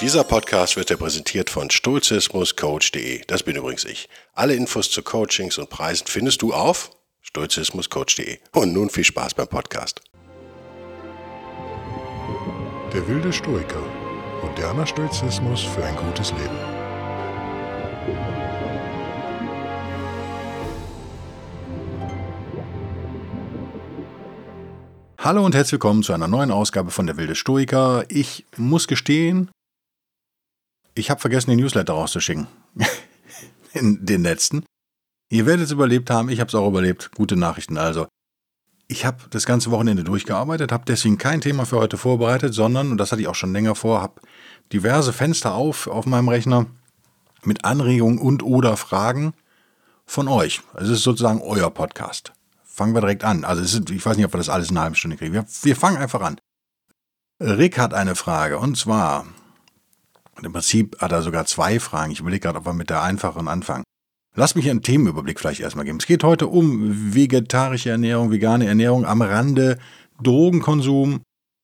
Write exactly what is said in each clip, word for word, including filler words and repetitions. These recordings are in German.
Dieser Podcast wird dir präsentiert von stoizismus coach punkt de. Das bin übrigens ich. Alle Infos zu Coachings und Preisen findest du auf stoizismus coach punkt de. Und nun viel Spaß beim Podcast. Der wilde Stoiker. Moderner Stoizismus für ein gutes Leben. Hallo und herzlich willkommen zu einer neuen Ausgabe von Der wilde Stoiker. Ich muss gestehen, ich habe vergessen, den Newsletter rauszuschicken. In den letzten. Ihr werdet es überlebt haben, ich habe es auch überlebt. Gute Nachrichten also. Ich habe das ganze Wochenende durchgearbeitet, habe deswegen kein Thema für heute vorbereitet, sondern, und das hatte ich auch schon länger vor, habe diverse Fenster auf auf meinem Rechner mit Anregungen und oder Fragen von euch. Also es ist sozusagen euer Podcast. Fangen wir direkt an. Also es ist, ich weiß nicht, ob wir das alles in einer halben Stunde kriegen. Wir, wir fangen einfach an. Rick hat eine Frage und zwar, im Prinzip hat er sogar zwei Fragen. Ich überlege gerade, ob wir mit der einfachen anfangen. Lass mich einen Themenüberblick vielleicht erstmal geben. Es geht heute um vegetarische Ernährung, vegane Ernährung am Rande, Drogenkonsum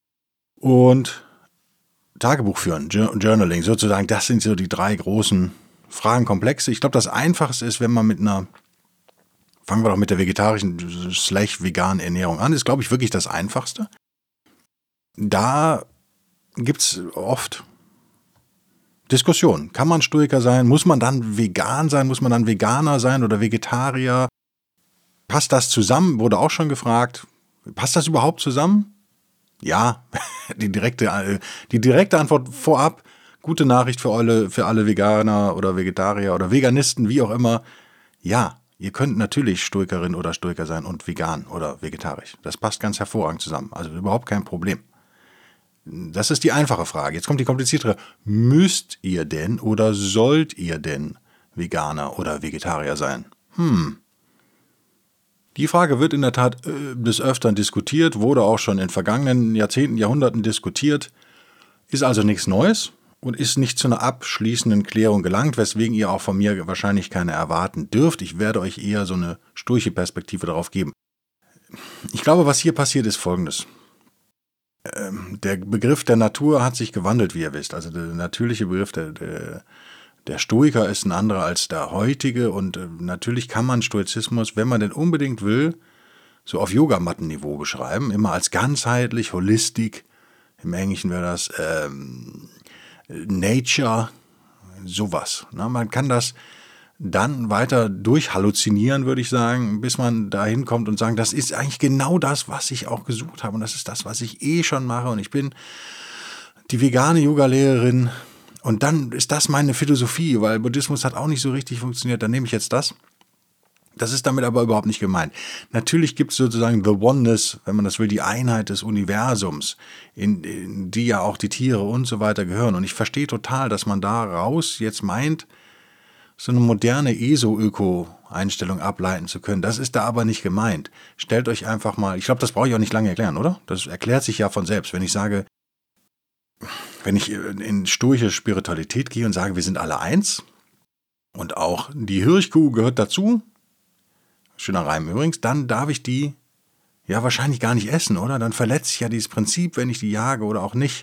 und Tagebuch führen, Journaling sozusagen. Das sind so die drei großen Fragenkomplexe. Ich glaube, das Einfachste ist, wenn man mit einer, fangen wir doch mit der vegetarischen slash veganen Ernährung an, ist, glaube ich, wirklich das Einfachste. Da gibt es oft Diskussion. Kann man Stoiker sein? Muss man dann vegan sein? Muss man dann Veganer sein oder Vegetarier? Passt das zusammen? Wurde auch schon gefragt. Passt das überhaupt zusammen? Ja, die direkte, die direkte Antwort vorab. Gute Nachricht für alle, für alle Veganer oder Vegetarier oder Veganisten, wie auch immer. Ja, ihr könnt natürlich Stoikerin oder Stoiker sein und vegan oder vegetarisch. Das passt ganz hervorragend zusammen. Also überhaupt kein Problem. Das ist die einfache Frage. Jetzt kommt die kompliziertere. Müsst ihr denn oder sollt ihr denn Veganer oder Vegetarier sein? Hm. Die Frage wird in der Tat äh, des Öfteren diskutiert, wurde auch schon in vergangenen Jahrzehnten, Jahrhunderten diskutiert, ist also nichts Neues und ist nicht zu einer abschließenden Klärung gelangt, weswegen ihr auch von mir wahrscheinlich keine erwarten dürft. Ich werde euch eher so eine stoische Perspektive darauf geben. Ich glaube, was hier passiert, ist Folgendes. Der Begriff der Natur hat sich gewandelt, wie ihr wisst. Also der natürliche Begriff der, der, der Stoiker ist ein anderer als der heutige. Und natürlich kann man Stoizismus, wenn man denn unbedingt will, so auf Yogamattenniveau beschreiben. Immer als ganzheitlich, Holistik. Im Englischen wäre das ähm, Nature, sowas. Na, man kann das dann weiter durchhalluzinieren, würde ich sagen, bis man dahin kommt und sagen, das ist eigentlich genau das, was ich auch gesucht habe und das ist das, was ich eh schon mache und ich bin die vegane Yoga-Lehrerin und dann ist das meine Philosophie, weil Buddhismus hat auch nicht so richtig funktioniert, dann nehme ich jetzt das. Das ist damit aber überhaupt nicht gemeint. Natürlich gibt es sozusagen the oneness, wenn man das will, die Einheit des Universums, in, in die ja auch die Tiere und so weiter gehören und ich verstehe total, dass man daraus jetzt meint, so eine moderne E S O-Öko-Einstellung ableiten zu können. Das ist da aber nicht gemeint. Stellt euch einfach mal, ich glaube, das brauche ich auch nicht lange erklären, oder? Das erklärt sich ja von selbst. Wenn ich sage, wenn ich in stoische Spiritualität gehe und sage, wir sind alle eins und auch die Hirschkuh gehört dazu, schöner Reim übrigens, dann darf ich die ja wahrscheinlich gar nicht essen, oder? Dann verletze ich ja dieses Prinzip, wenn ich die jage oder auch nicht.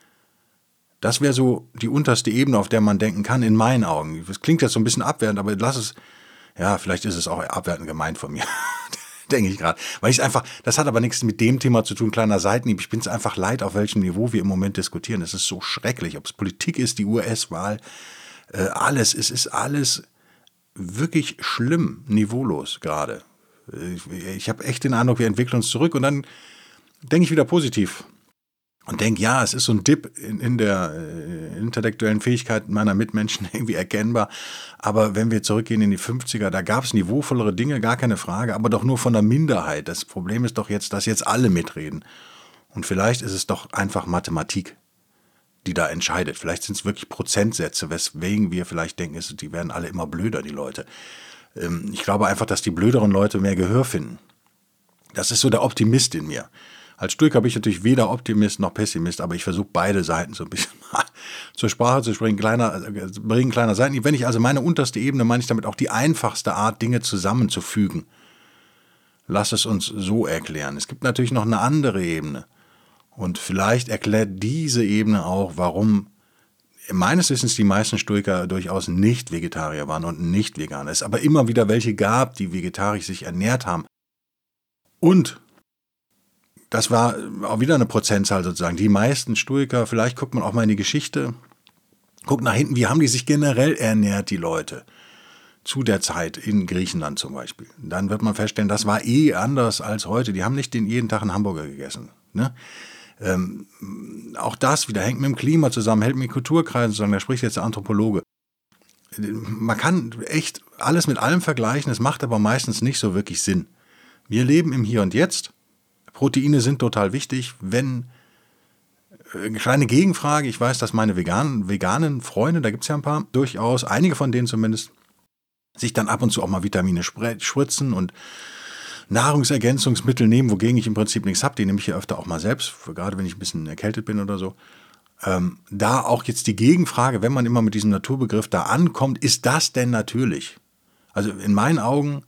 Das wäre so die unterste Ebene, auf der man denken kann, in meinen Augen. Das klingt jetzt so ein bisschen abwertend, aber lass es, ja, vielleicht ist es auch abwertend gemeint von mir, denke ich gerade. Weil ich es einfach, das hat aber nichts mit dem Thema zu tun, kleiner Seitenhieb. Ich bin es einfach leid, auf welchem Niveau wir im Moment diskutieren. Es ist so schrecklich, ob es Politik ist, die U S-Wahl, äh, alles, es ist alles wirklich schlimm, niveaulos gerade. Ich, ich habe echt den Eindruck, wir entwickeln uns zurück und dann denke ich wieder positiv. Und denke, ja, es ist so ein Dip in, in der äh, intellektuellen Fähigkeit meiner Mitmenschen irgendwie erkennbar. Aber wenn wir zurückgehen in die fünfziger, da gab es niveauvollere Dinge, gar keine Frage, aber doch nur von der Minderheit. Das Problem ist doch jetzt, dass jetzt alle mitreden. Und vielleicht ist es doch einfach Mathematik, die da entscheidet. Vielleicht sind es wirklich Prozentsätze, weswegen wir vielleicht denken, die werden alle immer blöder, die Leute. Ähm, ich glaube einfach, dass die blöderen Leute mehr Gehör finden. Das ist so der Optimist in mir. Als Stoiker bin ich natürlich weder Optimist noch Pessimist, aber ich versuche beide Seiten so ein bisschen mal zur Sprache zu bringen, kleiner, bringen, kleiner Seiten. Wenn ich also meine unterste Ebene, meine ich damit auch die einfachste Art, Dinge zusammenzufügen. Lass es uns so erklären. Es gibt natürlich noch eine andere Ebene. Und vielleicht erklärt diese Ebene auch, warum meines Wissens die meisten Stoiker durchaus nicht Vegetarier waren und nicht Veganer. Es aber immer wieder welche gab, die vegetarisch sich ernährt haben. Und das war auch wieder eine Prozentzahl sozusagen. Die meisten Stoiker, vielleicht guckt man auch mal in die Geschichte, guckt nach hinten, wie haben die sich generell ernährt, die Leute, zu der Zeit in Griechenland zum Beispiel. Dann wird man feststellen, das war eh anders als heute. Die haben nicht den jeden Tag einen Hamburger gegessen. Ne? Ähm, auch das wieder hängt mit dem Klima zusammen, hält mit Kulturkreisen zusammen, da spricht jetzt der Anthropologe. Man kann echt alles mit allem vergleichen, es macht aber meistens nicht so wirklich Sinn. Wir leben im Hier und Jetzt. Proteine sind total wichtig. Wenn, äh, kleine Gegenfrage, ich weiß, dass meine veganen, veganen Freunde, da gibt es ja ein paar, durchaus, einige von denen zumindest, sich dann ab und zu auch mal Vitamine spritzen und Nahrungsergänzungsmittel nehmen, wogegen ich im Prinzip nichts habe. Die nehme ich ja öfter auch mal selbst, gerade wenn ich ein bisschen erkältet bin oder so. Ähm, da auch jetzt die Gegenfrage, wenn man immer mit diesem Naturbegriff da ankommt, ist das denn natürlich? Also in meinen Augen,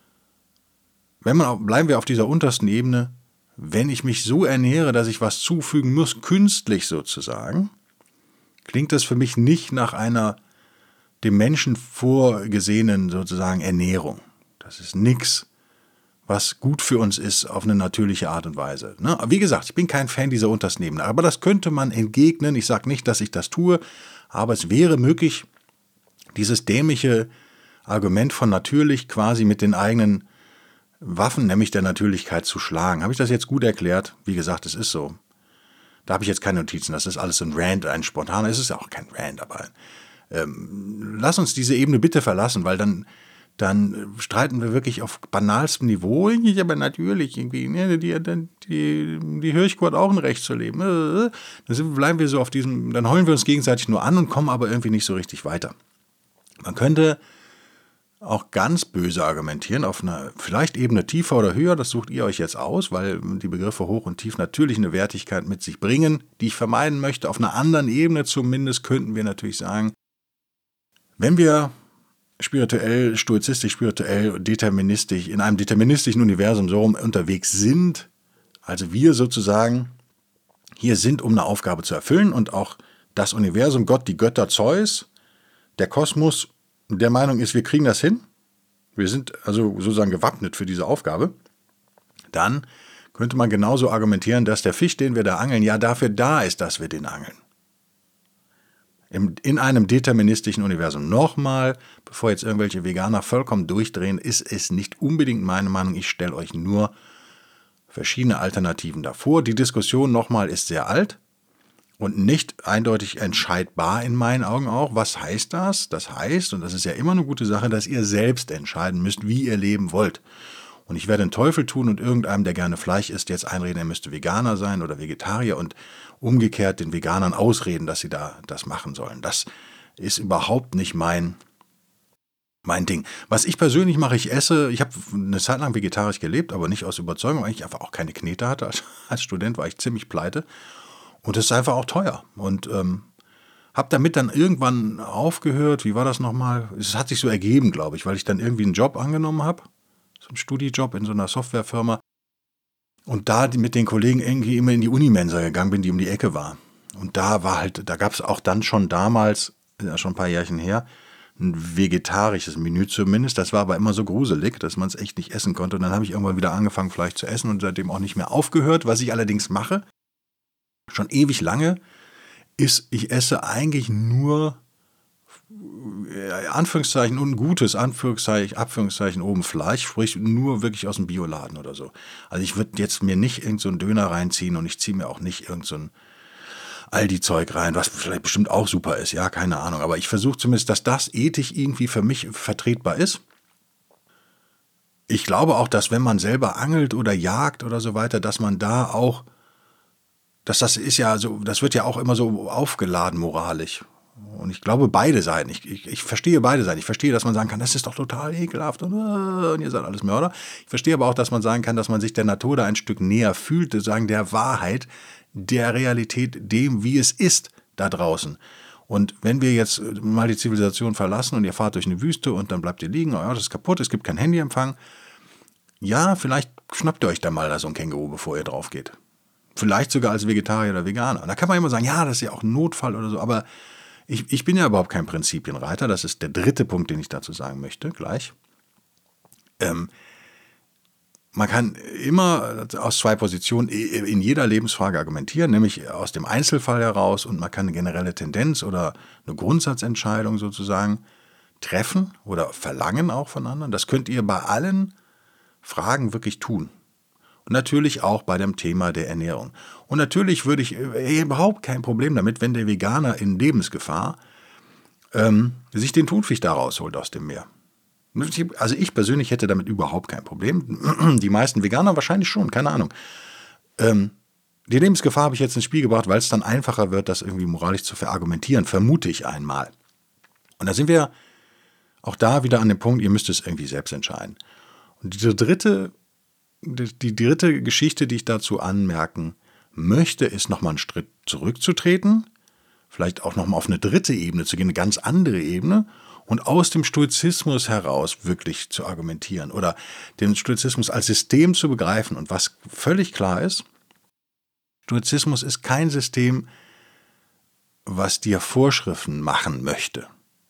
wenn man, bleiben wir auf dieser untersten Ebene, wenn ich mich so ernähre, dass ich was zufügen muss, künstlich sozusagen, klingt das für mich nicht nach einer dem Menschen vorgesehenen sozusagen Ernährung. Das ist nichts, was gut für uns ist auf eine natürliche Art und Weise. Ne? Wie gesagt, ich bin kein Fan dieser untersten Ebene, aber das könnte man entgegnen. Ich sage nicht, dass ich das tue, aber es wäre möglich, dieses dämliche Argument von natürlich quasi mit den eigenen Waffen, nämlich der Natürlichkeit, zu schlagen. Habe ich das jetzt gut erklärt? Wie gesagt, es ist so. Da habe ich jetzt keine Notizen, das ist alles ein Rant, ein spontaner, es ist ja auch kein Rant, aber ähm, lass uns diese Ebene bitte verlassen, weil dann dann streiten wir wirklich auf banalstem Niveau. Aber natürlich, irgendwie, ne, die, die, die Hirschkuh hat auch ein Recht zu leben. Dann bleiben wir so auf diesem, dann heulen wir uns gegenseitig nur an und kommen aber irgendwie nicht so richtig weiter. Man könnte auch ganz böse argumentieren, auf einer vielleicht Ebene tiefer oder höher, das sucht ihr euch jetzt aus, weil die Begriffe hoch und tief natürlich eine Wertigkeit mit sich bringen, die ich vermeiden möchte. Auf einer anderen Ebene zumindest könnten wir natürlich sagen, wenn wir spirituell, stoizistisch, spirituell, deterministisch, in einem deterministischen Universum so rum unterwegs sind, also wir sozusagen hier sind, um eine Aufgabe zu erfüllen und auch das Universum, Gott, die Götter, Zeus, der Kosmos der Meinung ist, wir kriegen das hin, wir sind also sozusagen gewappnet für diese Aufgabe, dann könnte man genauso argumentieren, dass der Fisch, den wir da angeln, ja dafür da ist, dass wir den angeln. In einem deterministischen Universum. Nochmal, bevor jetzt irgendwelche Veganer vollkommen durchdrehen, ist es nicht unbedingt meine Meinung. Ich stelle euch nur verschiedene Alternativen davor. Die Diskussion nochmal ist sehr alt und nicht eindeutig entscheidbar in meinen Augen auch. Was heißt das? Das heißt, und das ist ja immer eine gute Sache, dass ihr selbst entscheiden müsst, wie ihr leben wollt. Und ich werde den Teufel tun und irgendeinem, der gerne Fleisch isst, jetzt einreden, er müsste Veganer sein oder Vegetarier und umgekehrt den Veganern ausreden, dass sie da das machen sollen. Das ist überhaupt nicht mein, mein Ding. Was ich persönlich mache, ich esse, ich habe eine Zeit lang vegetarisch gelebt, aber nicht aus Überzeugung, weil ich einfach auch keine Knete hatte. Als, als Student war ich ziemlich pleite und es ist einfach auch teuer. Und ähm, habe damit dann irgendwann aufgehört. Wie war das nochmal? Es hat sich so ergeben, glaube ich, weil ich dann irgendwie einen Job angenommen habe. So einen Studijob in so einer Softwarefirma und da mit den Kollegen irgendwie immer in die Unimensa gegangen bin, die um die Ecke war. Und da war halt, da gab es auch dann schon damals, ja schon ein paar Jährchen her, ein vegetarisches Menü zumindest. Das war aber immer so gruselig, dass man es echt nicht essen konnte. Und dann habe ich irgendwann wieder angefangen, Fleisch zu essen und seitdem auch nicht mehr aufgehört. Was ich allerdings mache, schon ewig lange, ist, ich esse eigentlich nur Anführungszeichen und gutes Anführungszeichen, Abführungszeichen oben Fleisch, sprich nur wirklich aus dem Bioladen oder so. Also ich würde jetzt mir nicht irgend so einen Döner reinziehen und ich ziehe mir auch nicht irgend so ein Aldi-Zeug rein, was vielleicht bestimmt auch super ist, ja, keine Ahnung. Aber ich versuche zumindest, dass das ethisch irgendwie für mich vertretbar ist. Ich glaube auch, dass wenn man selber angelt oder jagt oder so weiter, dass man da auch, dass das ist ja so, das wird ja auch immer so aufgeladen moralisch. Und ich glaube, beide Seiten, ich, ich, ich verstehe beide Seiten. Ich verstehe, dass man sagen kann, das ist doch total ekelhaft und, und ihr seid alles Mörder. Ich verstehe aber auch, dass man sagen kann, dass man sich der Natur da ein Stück näher fühlt, sozusagen der Wahrheit, der Realität, dem, wie es ist da draußen. Und wenn wir jetzt mal die Zivilisation verlassen und ihr fahrt durch eine Wüste und dann bleibt ihr liegen, euer Auto ist kaputt, es gibt keinen Handyempfang, ja, vielleicht schnappt ihr euch da mal da so ein Känguru, bevor ihr drauf geht. Vielleicht sogar als Vegetarier oder Veganer. Und da kann man immer sagen, ja, das ist ja auch ein Notfall oder so, aber Ich, ich bin ja überhaupt kein Prinzipienreiter, das ist der dritte Punkt, den ich dazu sagen möchte, gleich. Ähm, man kann immer aus zwei Positionen in jeder Lebensfrage argumentieren, nämlich aus dem Einzelfall heraus, und man kann eine generelle Tendenz oder eine Grundsatzentscheidung sozusagen treffen oder verlangen auch von anderen. Das könnt ihr bei allen Fragen wirklich tun. Und natürlich auch bei dem Thema der Ernährung. Und natürlich würde ich äh, überhaupt kein Problem damit, wenn der Veganer in Lebensgefahr ähm, sich den Thunfisch da rausholt aus dem Meer. Also ich persönlich hätte damit überhaupt kein Problem. Die meisten Veganer wahrscheinlich schon, keine Ahnung. Ähm, die Lebensgefahr habe ich jetzt ins Spiel gebracht, weil es dann einfacher wird, das irgendwie moralisch zu verargumentieren, vermute ich einmal. Und da sind wir auch da wieder an dem Punkt, ihr müsst es irgendwie selbst entscheiden. Und diese dritte Die, die dritte Geschichte, die ich dazu anmerken möchte, ist nochmal einen Schritt zurückzutreten, vielleicht auch nochmal auf eine dritte Ebene zu gehen, eine ganz andere Ebene, und aus dem Stoizismus heraus wirklich zu argumentieren oder den Stoizismus als System zu begreifen. Und was völlig klar ist, Stoizismus ist kein System, was dir Vorschriften machen möchte.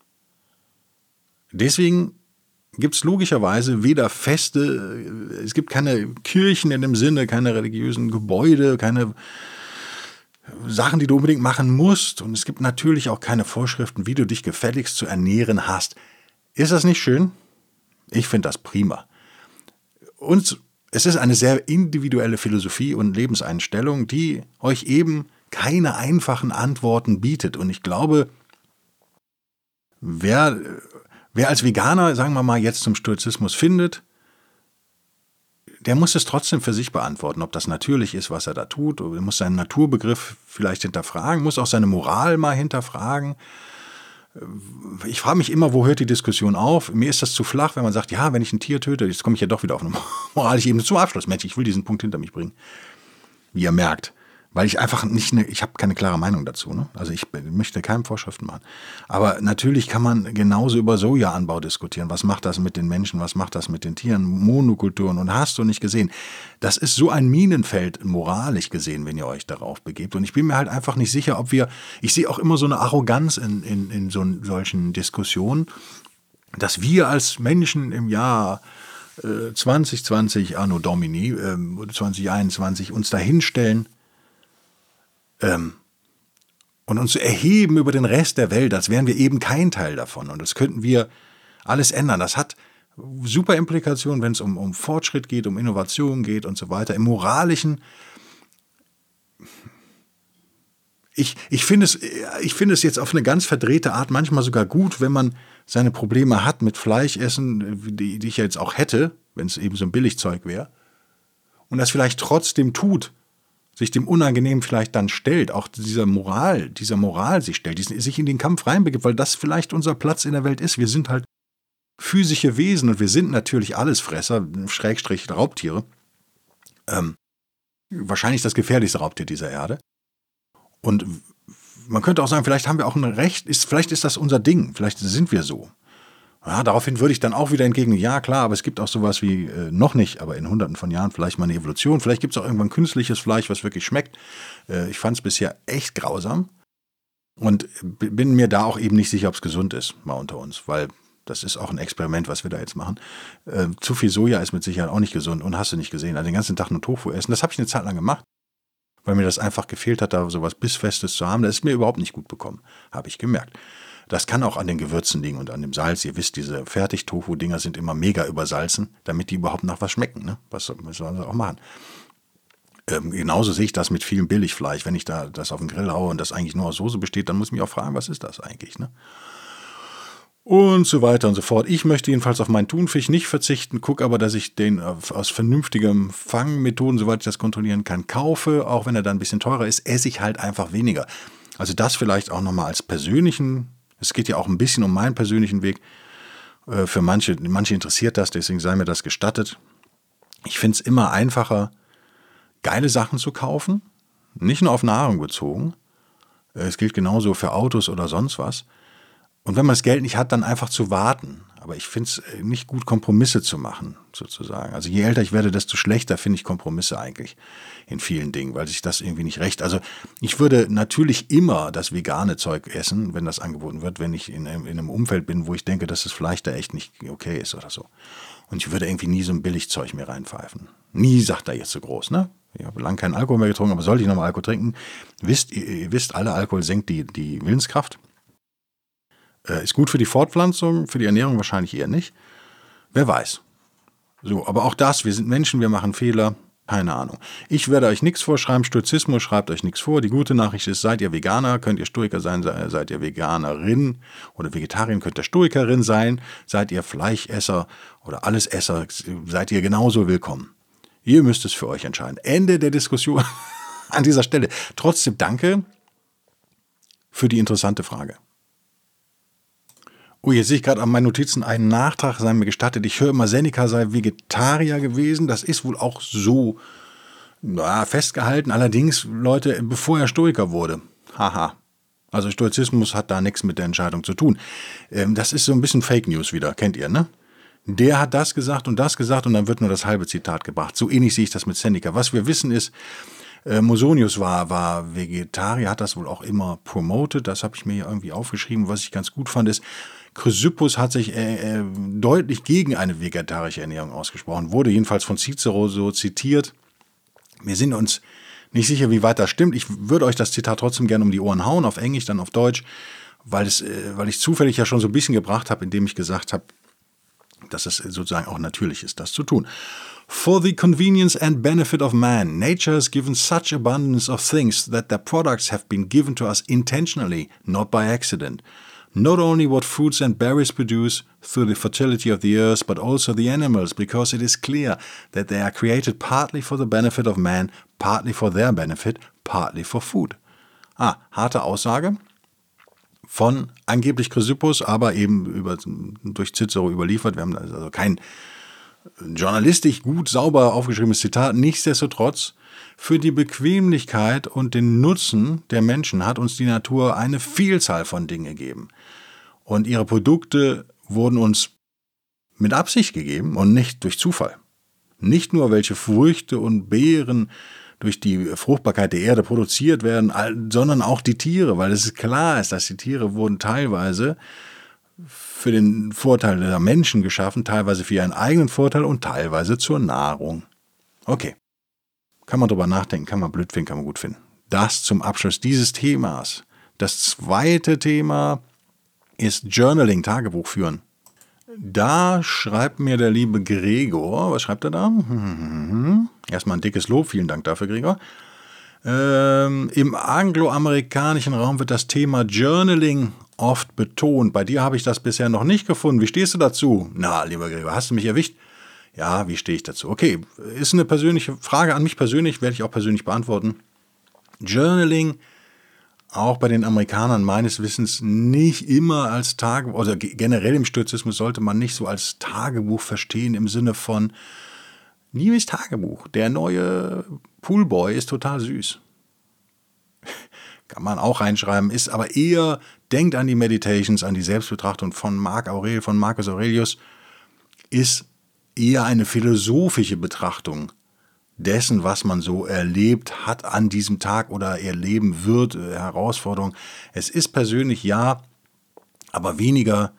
Deswegen gibt es logischerweise weder feste, es gibt keine Kirchen in dem Sinne, keine religiösen Gebäude, keine Sachen, die du unbedingt machen musst. Und es gibt natürlich auch keine Vorschriften, wie du dich gefälligst zu ernähren hast. Ist das nicht schön? Ich finde das prima. Und es ist eine sehr individuelle Philosophie und Lebenseinstellung, die euch eben keine einfachen Antworten bietet. Und ich glaube, wer... Wer als Veganer, sagen wir mal, jetzt zum Stoizismus findet, der muss es trotzdem für sich beantworten, ob das natürlich ist, was er da tut. Er muss seinen Naturbegriff vielleicht hinterfragen, muss auch seine Moral mal hinterfragen. Ich frage mich immer, wo hört die Diskussion auf? Mir ist das zu flach, wenn man sagt, ja, wenn ich ein Tier töte, jetzt komme ich ja doch wieder auf eine moralische Ebene. Zum Abschluss, Mensch, ich will diesen Punkt hinter mich bringen. Wie ihr merkt. Weil ich einfach nicht, ne, ich habe keine klare Meinung dazu. Ne? Also ich möchte keinem Vorschriften machen. Aber natürlich kann man genauso über Sojaanbau diskutieren. Was macht das mit den Menschen? Was macht das mit den Tieren? Monokulturen. Und hast du nicht gesehen? Das ist so ein Minenfeld moralisch gesehen, wenn ihr euch darauf begebt. Und ich bin mir halt einfach nicht sicher, ob wir, ich sehe auch immer so eine Arroganz in, in, in so solchen Diskussionen, dass wir als Menschen im Jahr äh, zwanzig zwanzig, Anno Domini, äh, zwanzig einundzwanzig uns da hinstellen und uns erheben über den Rest der Welt, als wären wir eben kein Teil davon. Und das könnten wir alles ändern. Das hat super Implikationen, wenn es um, um Fortschritt geht, um Innovation geht und so weiter. Im Moralischen, ich, ich finde es, ich finde es jetzt auf eine ganz verdrehte Art manchmal sogar gut, wenn man seine Probleme hat mit Fleischessen, die, die ich ja jetzt auch hätte, wenn es eben so ein Billigzeug wäre, und das vielleicht trotzdem tut, sich dem Unangenehmen vielleicht dann stellt, auch dieser Moral, dieser Moral sich stellt, sich in den Kampf reinbegibt, weil das vielleicht unser Platz in der Welt ist. Wir sind halt physische Wesen und wir sind natürlich Allesfresser, Schrägstrich Raubtiere. Ähm, wahrscheinlich das gefährlichste Raubtier dieser Erde. Und man könnte auch sagen, vielleicht haben wir auch ein Recht, ist, vielleicht ist das unser Ding, vielleicht sind wir so. Ja, daraufhin würde ich dann auch wieder entgegnen, ja klar, aber es gibt auch sowas wie, äh, noch nicht, aber in hunderten von Jahren vielleicht mal eine Evolution. Vielleicht gibt es auch irgendwann künstliches Fleisch, was wirklich schmeckt. Äh, ich fand es bisher echt grausam und bin mir da auch eben nicht sicher, ob es gesund ist, mal unter uns, weil das ist auch ein Experiment, was wir da jetzt machen. Äh, zu viel Soja ist mit Sicherheit auch nicht gesund und hast du nicht gesehen. Also den ganzen Tag nur Tofu essen, das habe ich eine Zeit lang gemacht, weil mir das einfach gefehlt hat, da sowas Bissfestes zu haben. Das ist mir überhaupt nicht gut bekommen, habe ich gemerkt. Das kann auch an den Gewürzen liegen und an dem Salz. Ihr wisst, diese Fertig-Tofu-Dinger sind immer mega übersalzen, damit die überhaupt nach was schmecken. Ne? Was, was sollen sie auch machen? Ähm, genauso sehe ich das mit vielem Billigfleisch. Wenn ich da das auf den Grill haue und das eigentlich nur aus Soße besteht, dann muss ich mich auch fragen, was ist das eigentlich? Ne? Und so weiter und so fort. Ich möchte jedenfalls auf meinen Thunfisch nicht verzichten, gucke aber, dass ich den aus vernünftigen Fangmethoden, soweit ich das kontrollieren kann, kaufe. Auch wenn er dann ein bisschen teurer ist, esse ich halt einfach weniger. Also das vielleicht auch nochmal als persönlichen. Es geht ja auch ein bisschen um meinen persönlichen Weg. Für manche, manche interessiert das, deswegen sei mir das gestattet. Ich finde es immer einfacher, geile Sachen zu kaufen, nicht nur auf Nahrung bezogen. Es gilt genauso für Autos oder sonst was. Und wenn man das Geld nicht hat, dann einfach zu warten. Aber ich finde es nicht gut, Kompromisse zu machen, sozusagen. Also je älter ich werde, desto schlechter finde ich Kompromisse eigentlich in vielen Dingen, weil sich das irgendwie nicht recht. Also ich würde natürlich immer das vegane Zeug essen, wenn das angeboten wird, wenn ich in, in einem Umfeld bin, wo ich denke, dass das Fleisch da echt nicht okay ist oder so. Und ich würde irgendwie nie so ein Billigzeug mir reinpfeifen. Nie, sagt er jetzt so groß, ne? Ich habe lange keinen Alkohol mehr getrunken, aber sollte ich nochmal Alkohol trinken? Wisst, ihr, ihr wisst alle, Alkohol senkt die, die Willenskraft. Äh, ist gut für die Fortpflanzung, für die Ernährung wahrscheinlich eher nicht. Wer weiß. So, aber auch das, wir sind Menschen, wir machen Fehler. Keine Ahnung. Ich werde euch nichts vorschreiben. Stoizismus schreibt euch nichts vor. Die gute Nachricht ist, seid ihr Veganer, könnt ihr Stoiker sein, seid ihr Veganerin oder Vegetarierin, könnt ihr Stoikerin sein, seid ihr Fleischesser oder Allesesser, seid ihr genauso willkommen. Ihr müsst es für euch entscheiden. Ende der Diskussion an dieser Stelle. Trotzdem danke für die interessante Frage. Oh, jetzt sehe ich gerade an meinen Notizen einen Nachtrag, sei mir gestattet. Ich höre immer, Seneca sei Vegetarier gewesen. Das ist wohl auch so na, festgehalten. Allerdings, Leute, bevor er Stoiker wurde. Haha. Also Stoizismus hat da nichts mit der Entscheidung zu tun. Ähm, das ist so ein bisschen Fake News wieder, kennt ihr, ne? Der hat das gesagt und das gesagt und dann wird nur das halbe Zitat gebracht. So ähnlich sehe ich das mit Seneca. Was wir wissen ist, äh, Musonius war, war Vegetarier, hat das wohl auch immer promoted. Das habe ich mir hier irgendwie aufgeschrieben. Was ich ganz gut fand ist, Chrysippus hat sich äh, äh, deutlich gegen eine vegetarische Ernährung ausgesprochen, wurde jedenfalls von Cicero so zitiert. Wir sind uns nicht sicher, wie weit das stimmt. Ich würde euch das Zitat trotzdem gerne um die Ohren hauen, auf Englisch, dann auf Deutsch, weil, es, äh, weil ich zufällig ja schon so ein bisschen gebracht habe, indem ich gesagt habe, dass es sozusagen auch natürlich ist, das zu tun. For the convenience and benefit of man, nature has given such abundance of things that their products have been given to us intentionally, not by accident. Not only what fruits and berries produce through the fertility of the earth, but also the animals, because it is clear that they are created partly for the benefit of man, partly for their benefit, partly for food. Ah, harte Aussage von angeblich Chrysippus, aber eben über, durch Cicero überliefert. Wir haben also kein journalistisch gut, sauber aufgeschriebenes Zitat. Nichtsdestotrotz, für die Bequemlichkeit und den Nutzen der Menschen hat uns die Natur eine Vielzahl von Dingen gegeben. Und ihre Produkte wurden uns mit Absicht gegeben und nicht durch Zufall. Nicht nur, welche Früchte und Beeren durch die Fruchtbarkeit der Erde produziert werden, sondern auch die Tiere, weil es klar ist, dass die Tiere wurden teilweise für den Vorteil der Menschen geschaffen, teilweise für ihren eigenen Vorteil und teilweise zur Nahrung. Okay. Kann man drüber nachdenken, kann man blöd finden, kann man gut finden. Das zum Abschluss dieses Themas. Das zweite Thema ist Journaling, Tagebuch führen. Da schreibt mir der liebe Gregor, was schreibt er da? Erstmal ein dickes Lob, vielen Dank dafür, Gregor. Ähm, Im angloamerikanischen Raum wird das Thema Journaling oft betont. Bei dir habe ich das bisher noch nicht gefunden. Wie stehst du dazu? Na, lieber Gregor, hast du mich erwischt? Ja, wie stehe ich dazu? Okay, ist eine persönliche Frage an mich persönlich, werde ich auch persönlich beantworten. Journaling, auch bei den Amerikanern meines Wissens nicht immer als Tagebuch, oder generell im Stoizismus sollte man nicht so als Tagebuch verstehen im Sinne von liebes Tagebuch, der neue Poolboy ist total süß. Kann man auch reinschreiben, ist aber eher, denkt an die Meditations, an die Selbstbetrachtung von Marc Aurel, von Marcus Aurelius, ist eher eine philosophische Betrachtung dessen, was man so erlebt hat an diesem Tag oder erleben wird, Herausforderungen. Es ist persönlich ja, aber weniger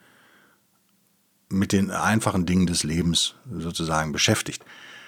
mit den einfachen Dingen des Lebens sozusagen beschäftigt.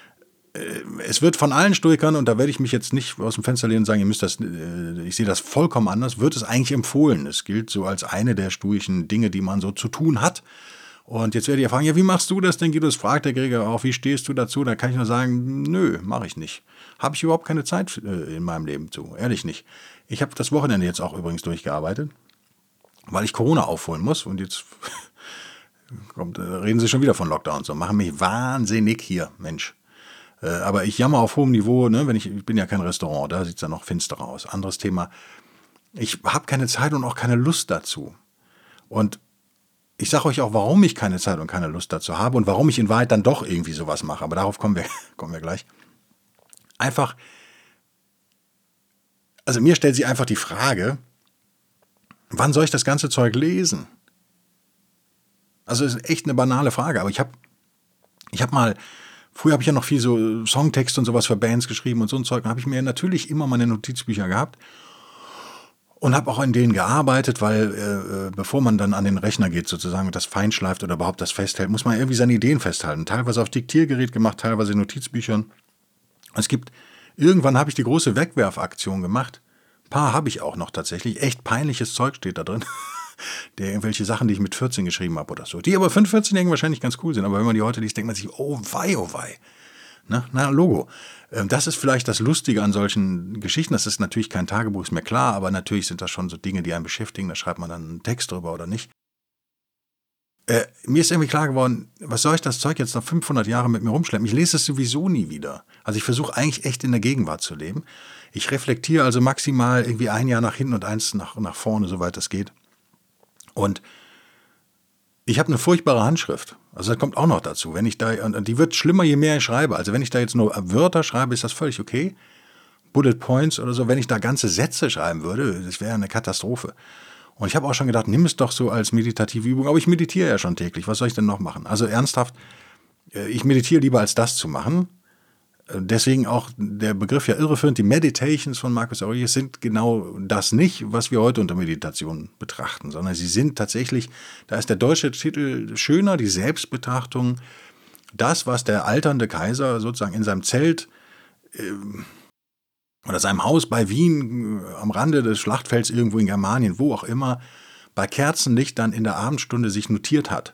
Es wird von allen Stoikern, und da werde ich mich jetzt nicht aus dem Fenster lehnen und sagen, ihr müsst das, ich sehe das vollkommen anders, wird es eigentlich empfohlen. Es gilt so als eine der stoischen Dinge, die man so zu tun hat. Und jetzt werde ich fragen, ja, wie machst du das denn, Guido? Das fragt der Gregor auch, wie stehst du dazu? Da kann ich nur sagen, nö, mache ich nicht. Habe ich überhaupt keine Zeit in meinem Leben zu, ehrlich nicht. Ich habe das Wochenende jetzt auch übrigens durchgearbeitet, weil ich Corona aufholen muss. Und jetzt kommt, reden sie schon wieder von Lockdown. So machen mich wahnsinnig hier, Mensch. Aber ich jammer auf hohem Niveau, ne? Wenn ich, ich bin ja kein Restaurant, da sieht es ja noch finsterer aus. Anderes Thema. Ich habe keine Zeit und auch keine Lust dazu. Und ich sage euch auch, warum ich keine Zeit und keine Lust dazu habe und warum ich in Wahrheit dann doch irgendwie sowas mache. Aber darauf kommen wir, kommen wir gleich. Einfach, also mir stellt sich einfach die Frage, wann soll ich das ganze Zeug lesen? Also es ist echt eine banale Frage, aber ich habe ich hab mal, früher habe ich ja noch viel so Songtext und sowas für Bands geschrieben und so ein Zeug, dann habe ich mir natürlich immer meine Notizbücher gehabt und habe auch in denen gearbeitet, weil äh, bevor man dann an den Rechner geht sozusagen und das feinschleift oder überhaupt das festhält, muss man irgendwie seine Ideen festhalten. Teilweise auf Diktiergerät gemacht, teilweise in Notizbüchern. Es gibt, irgendwann habe ich die große Wegwerfaktion gemacht. Ein paar habe ich auch noch tatsächlich. Echt peinliches Zeug steht da drin. Der irgendwelche Sachen, die ich mit vierzehn geschrieben habe oder so. Die aber fünf, vierzehn-Jährigen wahrscheinlich ganz cool sind. Aber wenn man die heute liest, denkt man sich, oh wei, oh wei. Na, na, Logo. Das ist vielleicht das Lustige an solchen Geschichten. Das ist natürlich kein Tagebuch, ist mir klar. Aber natürlich sind das schon so Dinge, die einen beschäftigen. Da schreibt man dann einen Text drüber oder nicht. Äh, mir ist irgendwie klar geworden, was soll ich das Zeug jetzt noch fünfhundert Jahre mit mir rumschleppen? Ich lese es sowieso nie wieder. Also ich versuche eigentlich echt in der Gegenwart zu leben. Ich reflektiere also maximal irgendwie ein Jahr nach hinten und eins nach, nach vorne, soweit es geht. Und ich habe eine furchtbare Handschrift. Also das kommt auch noch dazu. Wenn ich da, und die wird schlimmer, je mehr ich schreibe. Also wenn ich da jetzt nur Wörter schreibe, ist das völlig okay. Bullet Points oder so. Wenn ich da ganze Sätze schreiben würde, das wäre eine Katastrophe. Und ich habe auch schon gedacht, nimm es doch so als meditative Übung. Aber ich meditiere ja schon täglich. Was soll ich denn noch machen? Also ernsthaft, ich meditiere lieber als das zu machen. Deswegen auch der Begriff ja irreführend. Die Meditations von Marcus Aurelius sind genau das nicht, was wir heute unter Meditation betrachten, sondern sie sind tatsächlich, da ist der deutsche Titel schöner, die Selbstbetrachtung, das, was der alternde Kaiser sozusagen in seinem Zelt äh, oder seinem Haus bei Wien äh, am Rande des Schlachtfelds irgendwo in Germanien, wo auch immer, bei Kerzenlicht dann in der Abendstunde sich notiert hat.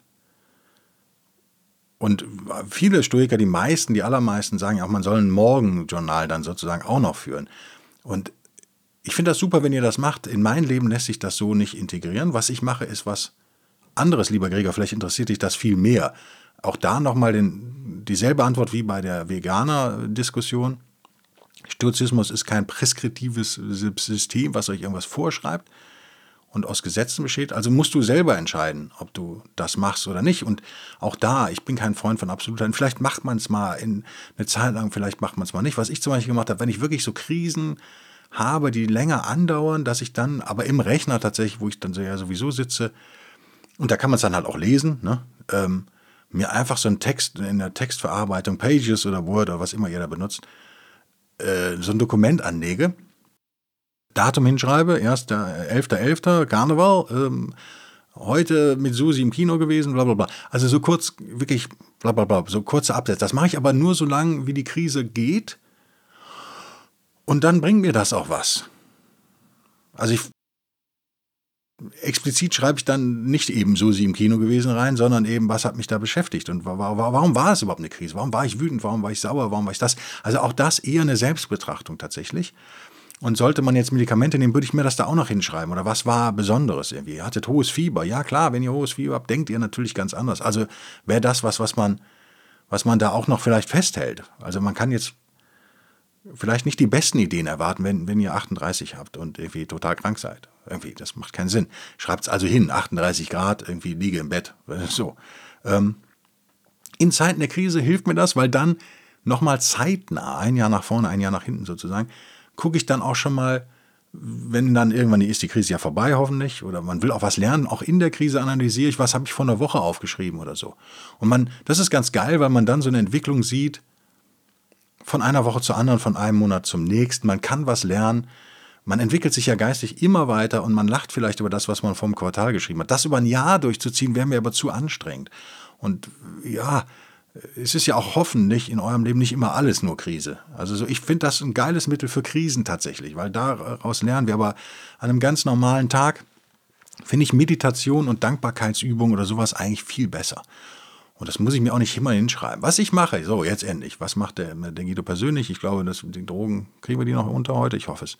Und viele Stoiker, die meisten, die allermeisten sagen ja auch, man soll ein Morgenjournal dann sozusagen auch noch führen. Und ich finde das super, wenn ihr das macht. In mein Leben lässt sich das so nicht integrieren. Was ich mache, ist was anderes, lieber Gregor. Vielleicht interessiert dich das viel mehr. Auch da nochmal dieselbe Antwort wie bei der Veganer-Diskussion. Stoizismus ist kein preskriptives System, was euch irgendwas vorschreibt und aus Gesetzen besteht. Also musst du selber entscheiden, ob du das machst oder nicht. Und auch da, ich bin kein Freund von Absolutheit. Vielleicht macht man es mal in eine Zeit lang, vielleicht macht man es mal nicht. Was ich zum Beispiel gemacht habe, wenn ich wirklich so Krisen habe, die länger andauern, dass ich dann, aber im Rechner tatsächlich, wo ich dann so ja sowieso sitze, und da kann man es dann halt auch lesen, ne, ähm, mir einfach so einen Text in der Textverarbeitung, Pages oder Word oder was immer ihr da benutzt, äh, so ein Dokument anlege, Datum hinschreibe, erster elfter elfter Karneval, ähm, heute mit Susi im Kino gewesen, bla bla bla. Also so kurz, wirklich bla bla bla, so kurze Absätze. Das mache ich aber nur so lange, wie die Krise geht. Und dann bringt mir das auch was. Also ich explizit schreibe ich dann nicht eben Susi im Kino gewesen rein, sondern eben, was hat mich da beschäftigt und warum war es überhaupt eine Krise? Warum war ich wütend? Warum war ich sauer? Warum war ich das? Also auch das eher eine Selbstbetrachtung tatsächlich. Und sollte man jetzt Medikamente nehmen, würde ich mir das da auch noch hinschreiben. Oder was war Besonderes irgendwie? Ihr hattet hohes Fieber. Ja klar, wenn ihr hohes Fieber habt, denkt ihr natürlich ganz anders. Also wäre das was, was man, was man da auch noch vielleicht festhält. Also man kann jetzt vielleicht nicht die besten Ideen erwarten, wenn, wenn ihr achtunddreißig habt und irgendwie total krank seid. Irgendwie, das macht keinen Sinn. Schreibt es also hin, achtunddreißig Grad, irgendwie liege im Bett. So. Ähm, in Zeiten der Krise hilft mir das, weil dann nochmal zeitnah, ein Jahr nach vorne, ein Jahr nach hinten sozusagen, gucke ich dann auch schon mal, wenn dann irgendwann ist die Krise ja vorbei hoffentlich oder man will auch was lernen, auch in der Krise analysiere ich, was habe ich vor einer Woche aufgeschrieben oder so. Und man, das ist ganz geil, weil man dann so eine Entwicklung sieht, von einer Woche zur anderen, von einem Monat zum nächsten. Man kann was lernen, man entwickelt sich ja geistig immer weiter und man lacht vielleicht über das, was man vom Quartal geschrieben hat. Das über ein Jahr durchzuziehen, wäre mir aber zu anstrengend. Und ja, es ist ja auch hoffentlich in eurem Leben nicht immer alles nur Krise. Also so, ich finde das ein geiles Mittel für Krisen tatsächlich, weil daraus lernen wir. Aber an einem ganz normalen Tag finde ich Meditation und Dankbarkeitsübung oder sowas eigentlich viel besser. Und das muss ich mir auch nicht immer hinschreiben. Was ich mache, so jetzt endlich, was macht der, der Guido persönlich? Ich glaube, das, die Drogen, kriegen wir die noch unter heute? Ich hoffe es.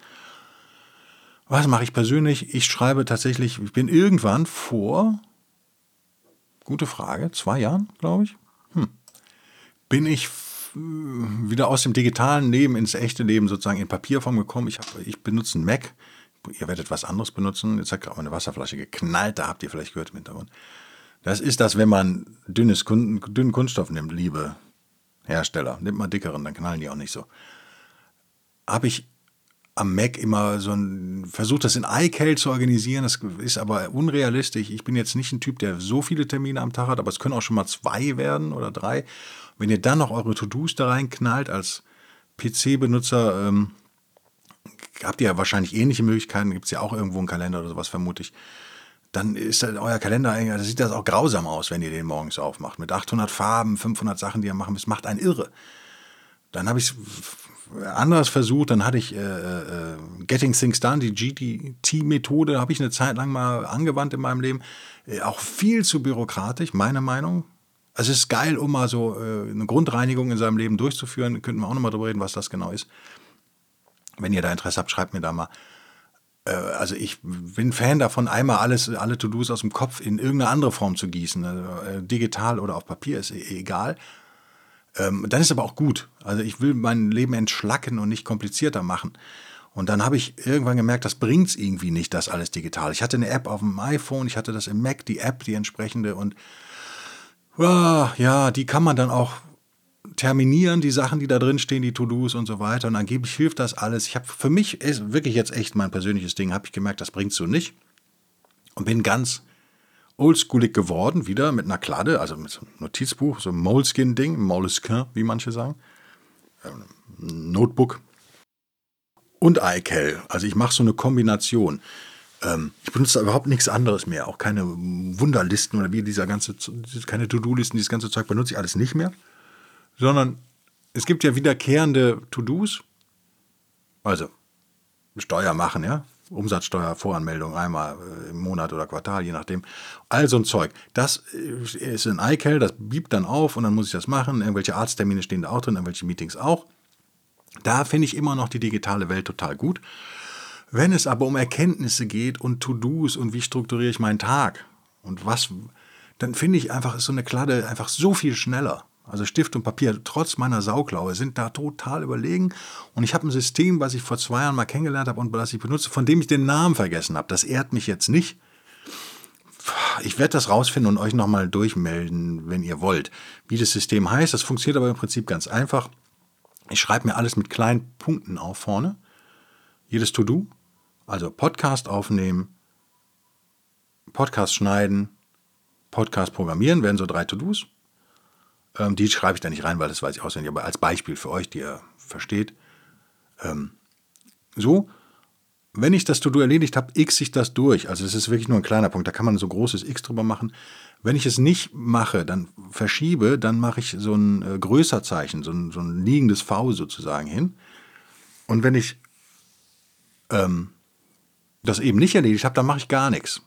Was mache ich persönlich? Ich schreibe tatsächlich, ich bin irgendwann vor, gute Frage, zwei Jahren, glaube ich, hm. bin ich wieder aus dem digitalen Leben ins echte Leben sozusagen in Papierform gekommen. Ich, hab, ich benutze einen Mac. Ihr werdet was anderes benutzen. Jetzt hat gerade meine Wasserflasche geknallt. Da habt ihr vielleicht gehört im Hintergrund. Das ist das, wenn man dünnes, dünnen Kunststoff nimmt, liebe Hersteller. Nimmt mal dickeren, dann knallen die auch nicht so. Habe ich am Mac immer so ein, versucht das in iCal zu organisieren, das ist aber unrealistisch. Ich bin jetzt nicht ein Typ, der so viele Termine am Tag hat, aber es können auch schon mal zwei werden oder drei. Wenn ihr dann noch eure To-Dos da reinknallt als P C-Benutzer, ähm, habt ihr ja wahrscheinlich ähnliche Möglichkeiten, gibt es ja auch irgendwo einen Kalender oder sowas, vermute ich. Dann ist das euer Kalender, da sieht das auch grausam aus, wenn ihr den morgens aufmacht. Mit achthundert Farben, fünfhundert Sachen, die ihr machen müsst, macht einen irre. Dann habe ich es anders versucht, dann hatte ich äh, äh, Getting Things Done, die G D T-Methode, habe ich eine Zeit lang mal angewandt in meinem Leben. Äh, auch viel zu bürokratisch, meine Meinung. Also es ist geil, um mal so äh, eine Grundreinigung in seinem Leben durchzuführen. Könnten wir auch nochmal drüber reden, was das genau ist. Wenn ihr da Interesse habt, schreibt mir da mal. Äh, also ich bin Fan davon, einmal alles, alle To-Dos aus dem Kopf in irgendeine andere Form zu gießen. Äh, digital oder auf Papier, ist e- egal. Ähm, dann ist aber auch gut. Also ich will mein Leben entschlacken und nicht komplizierter machen. Und dann habe ich irgendwann gemerkt, das bringt es irgendwie nicht, das alles digital. Ich hatte eine App auf dem iPhone, ich hatte das im Mac, die App, die entsprechende. Und ah, ja, die kann man dann auch terminieren, die Sachen, die da drin stehen, die To-Dos und so weiter. Und angeblich hilft das alles. Ich habe für mich ist wirklich jetzt echt mein persönliches Ding, habe ich gemerkt, das bringt so nicht. Und bin ganz oldschoolig geworden, wieder mit einer Kladde, also mit so einem Notizbuch, so einem Moleskine-Ding, Moleskine, wie manche sagen, ähm, Notebook und iCal. Also ich mache so eine Kombination. Ähm, ich benutze da überhaupt nichts anderes mehr, auch keine Wunderlisten oder wie dieser ganze, keine To-Do-Listen, dieses ganze Zeug benutze ich alles nicht mehr, sondern es gibt ja wiederkehrende To-Dos, also Steuer machen, ja, Umsatzsteuervoranmeldung einmal im Monat oder Quartal, je nachdem. All so ein Zeug. Das ist in iCal, das biebt dann auf und dann muss ich das machen. Irgendwelche Arzttermine stehen da auch drin, irgendwelche Meetings auch. Da finde ich immer noch die digitale Welt total gut. Wenn es aber um Erkenntnisse geht und To-Dos und wie strukturiere ich meinen Tag und was, dann finde ich einfach, ist so eine Kladde einfach so viel schneller. Also Stift und Papier, trotz meiner Sauklaue, sind da total überlegen. Und ich habe ein System, was ich vor zwei Jahren mal kennengelernt habe und das ich benutze, von dem ich den Namen vergessen habe. Das ehrt mich jetzt nicht. Ich werde das rausfinden und euch nochmal durchmelden, wenn ihr wollt, wie das System heißt. Das funktioniert aber im Prinzip ganz einfach. Ich schreibe mir alles mit kleinen Punkten auf vorne. Jedes To-Do, also Podcast aufnehmen, Podcast schneiden, Podcast programmieren, werden so drei To-Dos. Ähm, die schreibe ich da nicht rein, weil das weiß ich auswendig, aber als Beispiel für euch, die ihr versteht. Ähm, so, wenn ich das To-Do erledigt habe, x ich das durch. Also es ist wirklich nur ein kleiner Punkt, da kann man so großes X drüber machen. Wenn ich es nicht mache, dann verschiebe, dann mache ich so ein äh, Größerzeichen, so ein, so ein liegendes V sozusagen hin. Und wenn ich ähm, das eben nicht erledigt habe, dann mache ich gar nichts.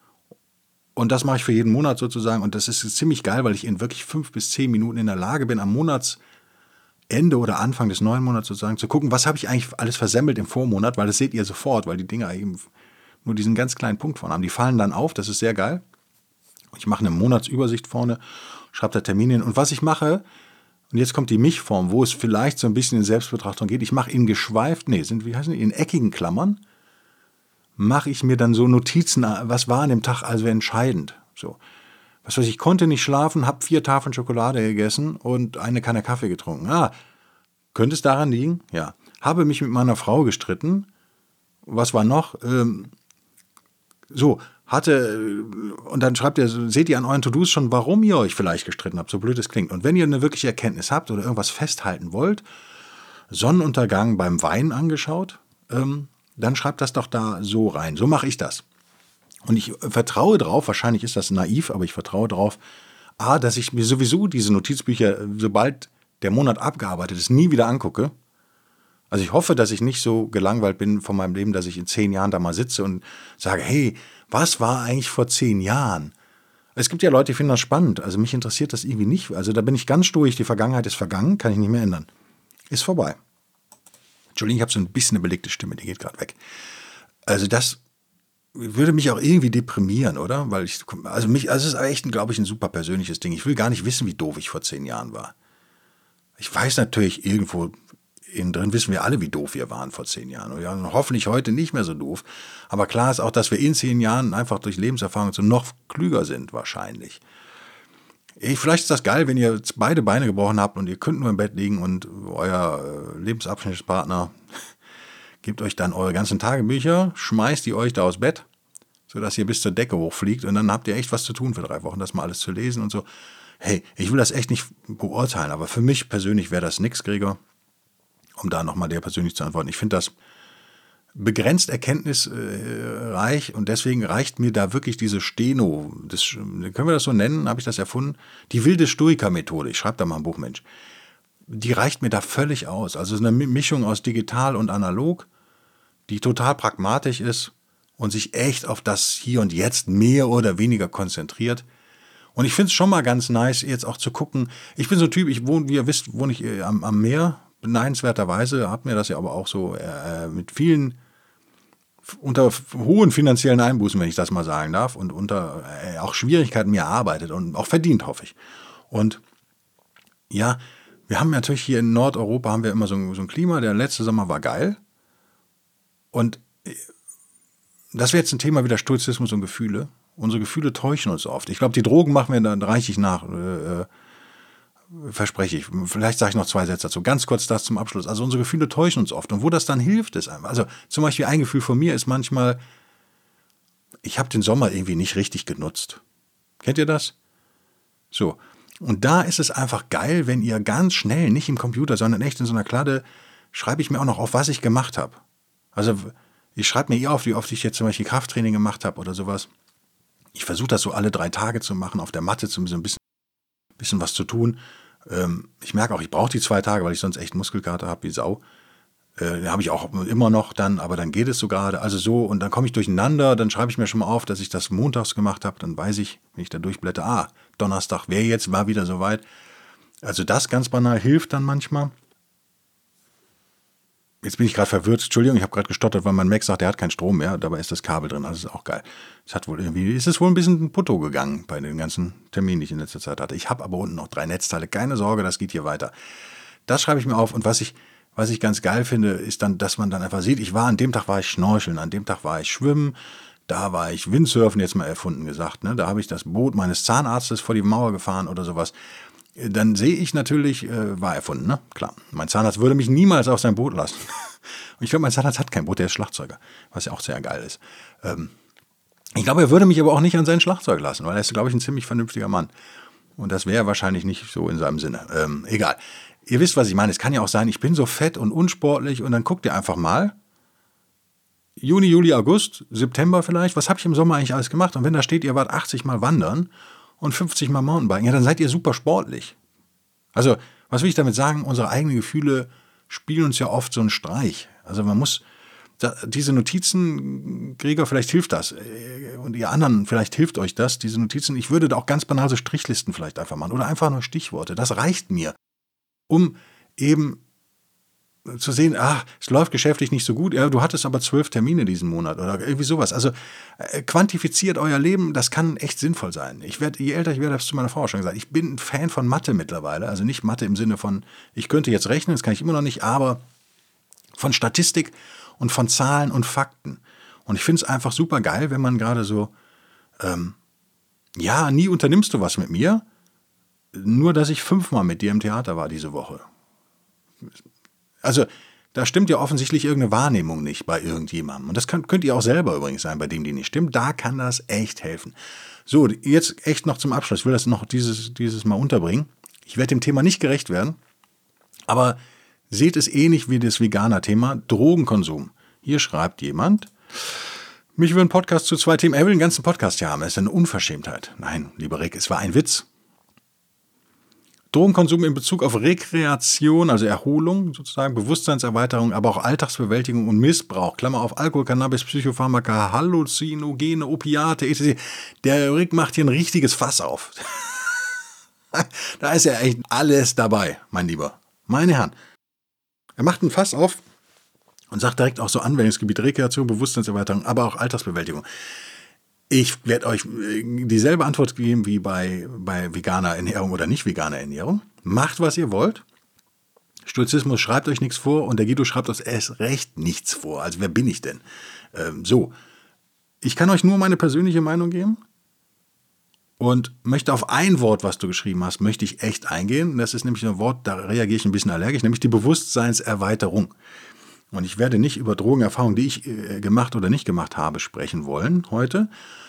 Und das mache ich für jeden Monat sozusagen. Und das ist ziemlich geil, weil ich in wirklich fünf bis zehn Minuten in der Lage bin, am Monatsende oder Anfang des neuen Monats sozusagen zu gucken, was habe ich eigentlich alles versemmelt im Vormonat, weil das seht ihr sofort, weil die Dinger eben nur diesen ganz kleinen Punkt vorne haben. Die fallen dann auf, das ist sehr geil. Ich mache eine Monatsübersicht vorne, schreibe da Termine hin. Und was ich mache, und jetzt kommt die Mich-Form, wo es vielleicht so ein bisschen in Selbstbetrachtung geht, ich mache in geschweift, nee, sind, wie heißen die, in eckigen Klammern, mache ich mir dann so Notizen, was war an dem Tag also entscheidend. So. Was weiß ich, konnte nicht schlafen, habe vier Tafeln Schokolade gegessen und eine Kanne Kaffee getrunken. Ah, könnte es daran liegen? Ja. Habe mich mit meiner Frau gestritten. Was war noch? Ähm, so, hatte, und dann schreibt ihr, seht ihr an euren To-Dos schon, warum ihr euch vielleicht gestritten habt, so blöd es klingt. Und wenn ihr eine wirkliche Erkenntnis habt oder irgendwas festhalten wollt, Sonnenuntergang beim Wein angeschaut, ähm, dann schreibt das doch da so rein. So mache ich das. Und ich vertraue drauf, wahrscheinlich ist das naiv, aber ich vertraue drauf, A, dass ich mir sowieso diese Notizbücher, sobald der Monat abgearbeitet ist, nie wieder angucke. Also ich hoffe, dass ich nicht so gelangweilt bin von meinem Leben, dass ich in zehn Jahren da mal sitze und sage, hey, was war eigentlich vor zehn Jahren? Es gibt ja Leute, die finden das spannend. Also mich interessiert das irgendwie nicht. Also da bin ich ganz durch. Die Vergangenheit ist vergangen, kann ich nicht mehr ändern. Ist vorbei. Entschuldigung, ich habe so ein bisschen eine belegte Stimme, die geht gerade weg. Also das würde mich auch irgendwie deprimieren, oder? Weil ich, also mich, also es ist echt, glaube ich, ein super persönliches Ding. Ich will gar nicht wissen, wie doof ich vor zehn Jahren war. Ich weiß natürlich, irgendwo innen drin wissen wir alle, wie doof wir waren vor zehn Jahren. Und ja, hoffentlich heute nicht mehr so doof. Aber klar ist auch, dass wir in zehn Jahren einfach durch Lebenserfahrung so noch klüger sind, wahrscheinlich. Ich, vielleicht ist das geil, wenn ihr jetzt beide Beine gebrochen habt und ihr könnt nur im Bett liegen und euer äh, Lebensabschnittspartner gebt euch dann eure ganzen Tagebücher, schmeißt die euch da aus Bett, sodass ihr bis zur Decke hochfliegt und dann habt ihr echt was zu tun für drei Wochen, das mal alles zu lesen und so. Hey, ich will das echt nicht beurteilen, aber für mich persönlich wäre das nix, Gregor, um da nochmal dir persönlich zu antworten. Ich finde das begrenzt erkenntnisreich und deswegen reicht mir da wirklich diese Steno, das, können wir das so nennen, habe ich das erfunden, die wilde Stoiker-Methode, ich schreibe da mal ein Buch, Mensch, die reicht mir da völlig aus. Also es ist eine Mischung aus digital und analog, die total pragmatisch ist und sich echt auf das Hier und Jetzt mehr oder weniger konzentriert. Und ich finde es schon mal ganz nice, jetzt auch zu gucken. Ich bin so ein Typ, ich wohne, wie ihr wisst, wohne ich äh, am, am Meer, beneidenswerterweise, habe mir das ja aber auch so äh, mit vielen, unter hohen finanziellen Einbußen, wenn ich das mal sagen darf, und unter äh, auch Schwierigkeiten mir erarbeitet und auch verdient, hoffe ich. Und ja, wir haben natürlich hier in Nordeuropa haben wir immer so ein, so ein Klima, der letzte Sommer war geil. Und das wäre jetzt ein Thema wieder Stoizismus und Gefühle. Unsere Gefühle täuschen uns oft. Ich glaube, die Drogen machen wir dann reichlich nach, äh, verspreche ich. Vielleicht sage ich noch zwei Sätze dazu. Ganz kurz das zum Abschluss. Also unsere Gefühle täuschen uns oft. Und wo das dann hilft, ist einfach. Also zum Beispiel ein Gefühl von mir ist manchmal, ich habe den Sommer irgendwie nicht richtig genutzt. Kennt ihr das? So. Und da ist es einfach geil, wenn ihr ganz schnell, nicht im Computer, sondern echt in so einer Kladde, schreibe ich mir auch noch auf, was ich gemacht habe. Also ich schreibe mir eh auf, wie oft ich jetzt zum Beispiel Krafttraining gemacht habe oder sowas. Ich versuche das so alle drei Tage zu machen, auf der Matte so ein bisschen, bisschen was zu tun. Ähm, ich merke auch, ich brauche die zwei Tage, weil ich sonst echt Muskelkater habe wie Sau. Äh, habe ich auch immer noch dann, aber dann geht es so gerade. Also so, und dann komme ich durcheinander, dann schreibe ich mir schon mal auf, dass ich das montags gemacht habe. Dann weiß ich, wenn ich da durchblätter, ah, Donnerstag wäre jetzt, war wieder soweit. Also das ganz banal hilft dann manchmal. Jetzt bin ich gerade verwirrt, Entschuldigung, ich habe gerade gestottert, weil mein Mac sagt, der hat keinen Strom mehr, dabei ist das Kabel drin, also ist auch geil. Es hat wohl irgendwie, ist es wohl ein bisschen putto gegangen bei den ganzen Terminen, die ich in letzter Zeit hatte. Ich habe aber unten noch drei Netzteile, keine Sorge, das geht hier weiter. Das schreibe ich mir auf und was ich, was ich ganz geil finde, ist dann, dass man dann einfach sieht, ich war, an dem Tag war ich schnorcheln, an dem Tag war ich schwimmen, da war ich Windsurfen, jetzt mal erfunden gesagt, ne? Da habe ich das Boot meines Zahnarztes vor die Mauer gefahren oder sowas. Dann sehe ich natürlich, äh, war erfunden, ne? Klar. Mein Zahnarzt würde mich niemals auf sein Boot lassen. Und ich glaube, mein Zahnarzt hat kein Boot, der ist Schlagzeuger, was ja auch sehr geil ist. Ähm, ich glaube, er würde mich aber auch nicht an sein Schlagzeug lassen, weil er ist, glaube ich, ein ziemlich vernünftiger Mann. Und das wäre wahrscheinlich nicht so in seinem Sinne. Ähm, egal. Ihr wisst, was ich meine. Es kann ja auch sein, ich bin so fett und unsportlich und dann guckt ihr einfach mal. Juni, Juli, August, September vielleicht. Was habe ich im Sommer eigentlich alles gemacht? Und wenn da steht, ihr wart achtzig Mal wandern und fünfzig Mal Mountainbiken, ja, dann seid ihr super sportlich. Also, was will ich damit sagen? Unsere eigenen Gefühle spielen uns ja oft so einen Streich. Also man muss, da, diese Notizen, Gregor, vielleicht hilft das. Und ihr anderen, vielleicht hilft euch das, diese Notizen. Ich würde da auch ganz banal so Strichlisten vielleicht einfach machen oder einfach nur Stichworte. Das reicht mir, um eben zu sehen, ach, es läuft geschäftlich nicht so gut, ja, du hattest aber zwölf Termine diesen Monat oder irgendwie sowas. Also äh, quantifiziert euer Leben, das kann echt sinnvoll sein. Ich werde, je älter ich werde, habe ich zu meiner Frau schon gesagt, ich bin ein Fan von Mathe mittlerweile, also nicht Mathe im Sinne von, ich könnte jetzt rechnen, das kann ich immer noch nicht, aber von Statistik und von Zahlen und Fakten. Und ich finde es einfach super geil, wenn man gerade so, ähm, ja, nie unternimmst du was mit mir, nur dass ich fünfmal mit dir im Theater war diese Woche. Also, da stimmt ja offensichtlich irgendeine Wahrnehmung nicht bei irgendjemandem. Und das könnt, könnt ihr auch selber übrigens sein, bei dem die nicht stimmt. Da kann das echt helfen. So, jetzt echt noch zum Abschluss. Ich will das noch dieses, dieses Mal unterbringen. Ich werde dem Thema nicht gerecht werden, aber seht es ähnlich wie das Veganer-Thema, Drogenkonsum. Hier schreibt jemand, mich will ein Podcast zu zwei Themen, er will den ganzen Podcast hier haben. Das ist eine Unverschämtheit. Nein, lieber Rick, es war ein Witz. Drogenkonsum in Bezug auf Rekreation, also Erholung sozusagen, Bewusstseinserweiterung, aber auch Alltagsbewältigung und Missbrauch, Klammer auf Alkohol, Cannabis, Psychopharmaka, Halluzinogene, Opiate, et cetera. Der Rick macht hier ein richtiges Fass auf. Da ist ja echt alles dabei, mein Lieber. Meine Herren. Er macht ein Fass auf und sagt direkt auch so Anwendungsgebiet, Rekreation, Bewusstseinserweiterung, aber auch Alltagsbewältigung. Ich werde euch dieselbe Antwort geben wie bei, bei veganer Ernährung oder nicht veganer Ernährung. Macht, was ihr wollt. Stoizismus schreibt euch nichts vor und der Guido schreibt uns erst recht nichts vor. Also wer bin ich denn? Ähm, so, ich kann euch nur meine persönliche Meinung geben und möchte auf ein Wort, was du geschrieben hast, möchte ich echt eingehen. Das ist nämlich ein Wort, da reagiere ich ein bisschen allergisch, nämlich die Bewusstseinserweiterung. Und ich werde nicht über Drogenerfahrungen, die ich äh, gemacht oder nicht gemacht habe, sprechen wollen heute.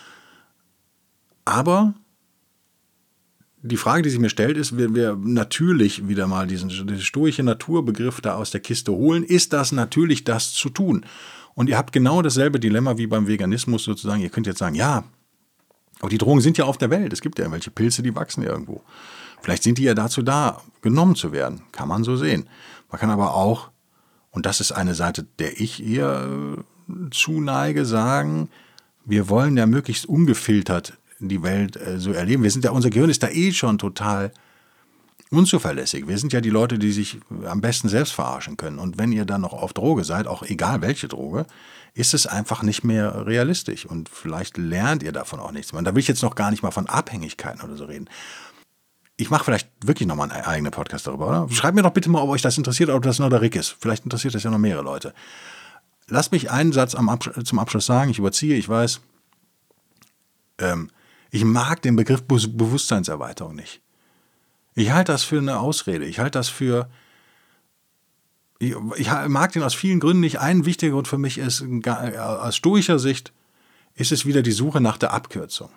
Aber die Frage, die sich mir stellt, ist, wenn wir natürlich wieder mal diesen, diesen stoischen Naturbegriff da aus der Kiste holen, ist das natürlich das zu tun? Und ihr habt genau dasselbe Dilemma wie beim Veganismus sozusagen. Ihr könnt jetzt sagen, ja, aber die Drogen sind ja auf der Welt. Es gibt ja irgendwelche Pilze, die wachsen ja irgendwo. Vielleicht sind die ja dazu da, genommen zu werden. Kann man so sehen. Man kann aber auch, und das ist eine Seite, der ich eher äh, zuneige, sagen, wir wollen ja möglichst ungefiltert die Welt äh, so erleben. Wir sind ja, unser Gehirn ist da eh schon total unzuverlässig. Wir sind ja die Leute, die sich am besten selbst verarschen können. Und wenn ihr dann noch auf Droge seid, auch egal welche Droge, ist es einfach nicht mehr realistisch. Und vielleicht lernt ihr davon auch nichts mehr. Und da will ich jetzt noch gar nicht mal von Abhängigkeiten oder so reden. Ich mache vielleicht wirklich nochmal einen eigenen Podcast darüber, oder? Schreibt mir doch bitte mal, ob euch das interessiert oder ob das nur der Rick ist. Vielleicht interessiert das ja noch mehrere Leute. Lasst mich einen Satz am Absch- zum Abschluss sagen. Ich überziehe, ich weiß. Ähm, ich mag den Begriff Be- Bewusstseinserweiterung nicht. Ich halte das für eine Ausrede. Ich halte das für... Ich, ich mag den aus vielen Gründen nicht. Ein wichtiger Grund für mich ist, aus stoischer Sicht, ist es wieder die Suche nach der Abkürzung.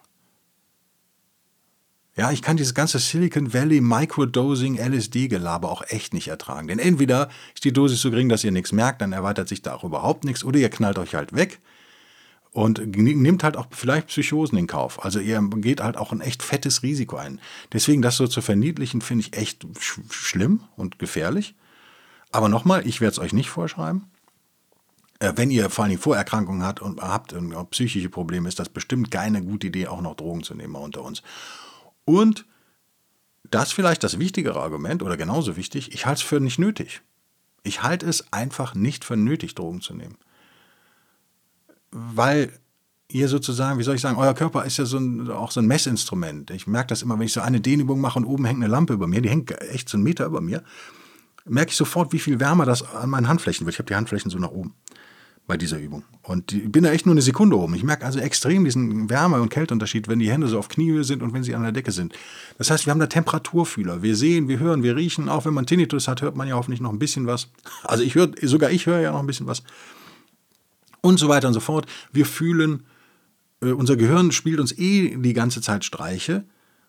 Ja, ich kann dieses ganze Silicon Valley Microdosing L S D-Gelaber auch echt nicht ertragen. Denn entweder ist die Dosis so gering, dass ihr nichts merkt, dann erweitert sich da auch überhaupt nichts, oder ihr knallt euch halt weg und nehmt halt auch vielleicht Psychosen in Kauf. Also ihr geht halt auch ein echt fettes Risiko ein. Deswegen das so zu verniedlichen, finde ich echt sch- schlimm und gefährlich. Aber nochmal, ich werde es euch nicht vorschreiben. Äh, wenn ihr vor allem Vorerkrankungen habt und habt und psychische Probleme, ist das bestimmt keine gute Idee, auch noch Drogen zu nehmen unter uns. Und das vielleicht das wichtigere Argument oder genauso wichtig, ich halte es für nicht nötig. Ich halte es einfach nicht für nötig, Drogen zu nehmen. Weil ihr sozusagen, wie soll ich sagen, euer Körper ist ja so ein, auch so ein Messinstrument. Ich merke das immer, wenn ich so eine Dehnübung mache und oben hängt eine Lampe über mir, die hängt echt so einen Meter über mir, merke ich sofort, wie viel wärmer das an meinen Handflächen wird. Ich habe die Handflächen so nach oben bei dieser Übung. Und ich bin da echt nur eine Sekunde oben. Ich merke also extrem diesen Wärme- und Kälteunterschied, wenn die Hände so auf Kniehöhe sind und wenn sie an der Decke sind. Das heißt, wir haben da Temperaturfühler. Wir sehen, wir hören, wir riechen. Auch wenn man Tinnitus hat, hört man ja hoffentlich noch ein bisschen was. Also ich höre, sogar ich höre ja noch ein bisschen was. Und so weiter und so fort. Wir fühlen, äh, unser Gehirn spielt uns eh die ganze Zeit Streiche.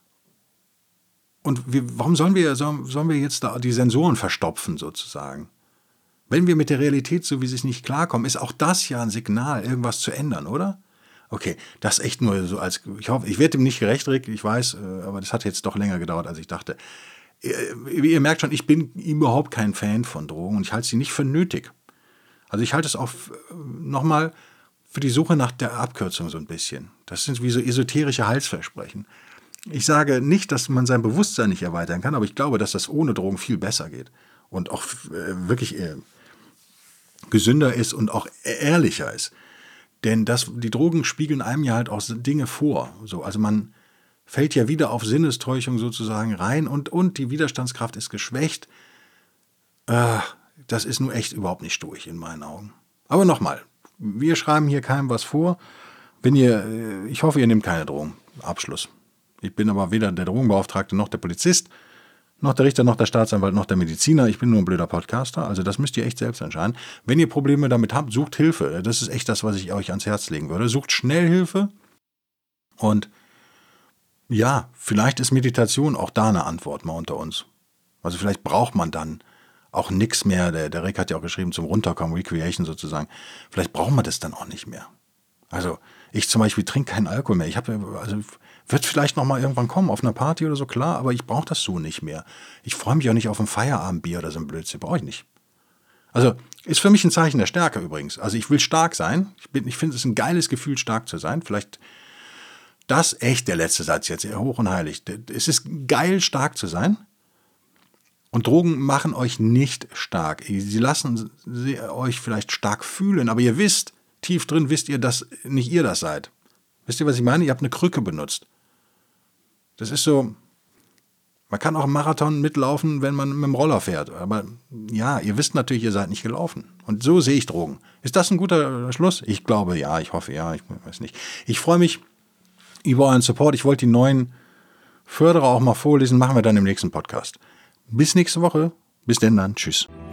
Und wir, warum sollen wir, sollen wir jetzt da die Sensoren verstopfen sozusagen? Wenn wir mit der Realität, so wie sie es nicht klarkommen, ist auch das ja ein Signal, irgendwas zu ändern, oder? Okay, das echt nur so als, ich hoffe, ich werde dem nicht gerecht, Rick, ich weiß, aber das hat jetzt doch länger gedauert, als ich dachte. Ihr, ihr merkt schon, ich bin überhaupt kein Fan von Drogen und ich halte sie nicht für nötig. Also ich halte es auch nochmal für die Suche nach der Abkürzung so ein bisschen. Das sind wie so esoterische Heilsversprechen. Ich sage nicht, dass man sein Bewusstsein nicht erweitern kann, aber ich glaube, dass das ohne Drogen viel besser geht und auch äh, wirklich äh, gesünder ist und auch ehrlicher ist. Denn das, die Drogen spiegeln einem ja halt auch Dinge vor. So, also man fällt ja wieder auf Sinnestäuschung sozusagen rein und, und die Widerstandskraft ist geschwächt. Äh, das ist nun echt überhaupt nicht stoisch in meinen Augen. Aber nochmal, wir schreiben hier keinem was vor. Wenn ihr, ich hoffe, ihr nehmt keine Drogen. Abschluss. Ich bin aber weder der Drogenbeauftragte noch der Polizist, noch der Richter, noch der Staatsanwalt, noch der Mediziner. Ich bin nur ein blöder Podcaster. Also das müsst ihr echt selbst entscheiden. Wenn ihr Probleme damit habt, sucht Hilfe. Das ist echt das, was ich euch ans Herz legen würde. Sucht schnell Hilfe. Und ja, vielleicht ist Meditation auch da eine Antwort mal unter uns. Also vielleicht braucht man dann auch nichts mehr. Der, der Rick hat ja auch geschrieben zum Runterkommen, Recreation sozusagen. Vielleicht braucht man das dann auch nicht mehr. Also ich zum Beispiel trinke keinen Alkohol mehr. Ich habe, also wird vielleicht noch mal irgendwann kommen auf einer Party oder so, klar, aber ich brauche das so nicht mehr. Ich freue mich auch nicht auf ein Feierabendbier oder so ein Blödsinn, brauche ich nicht. Also ist für mich ein Zeichen der Stärke übrigens. Also ich will stark sein. Ich, bin, ich finde es ein geiles Gefühl, stark zu sein. Vielleicht das echt der letzte Satz jetzt, hoch und heilig. Es ist geil, stark zu sein. Und Drogen machen euch nicht stark. Sie lassen sie euch vielleicht stark fühlen, aber ihr wisst, tief drin wisst ihr, dass nicht ihr das seid. Wisst ihr, was ich meine? Ihr habt eine Krücke benutzt. Das ist so, man kann auch einen Marathon mitlaufen, wenn man mit dem Roller fährt. Aber ja, ihr wisst natürlich, ihr seid nicht gelaufen. Und so sehe ich Drogen. Ist das ein guter Schluss? Ich glaube ja, ich hoffe ja, ich weiß nicht. Ich freue mich über euren Support. Ich wollte die neuen Förderer auch mal vorlesen. Machen wir dann im nächsten Podcast. Bis nächste Woche. Bis denn dann. Tschüss.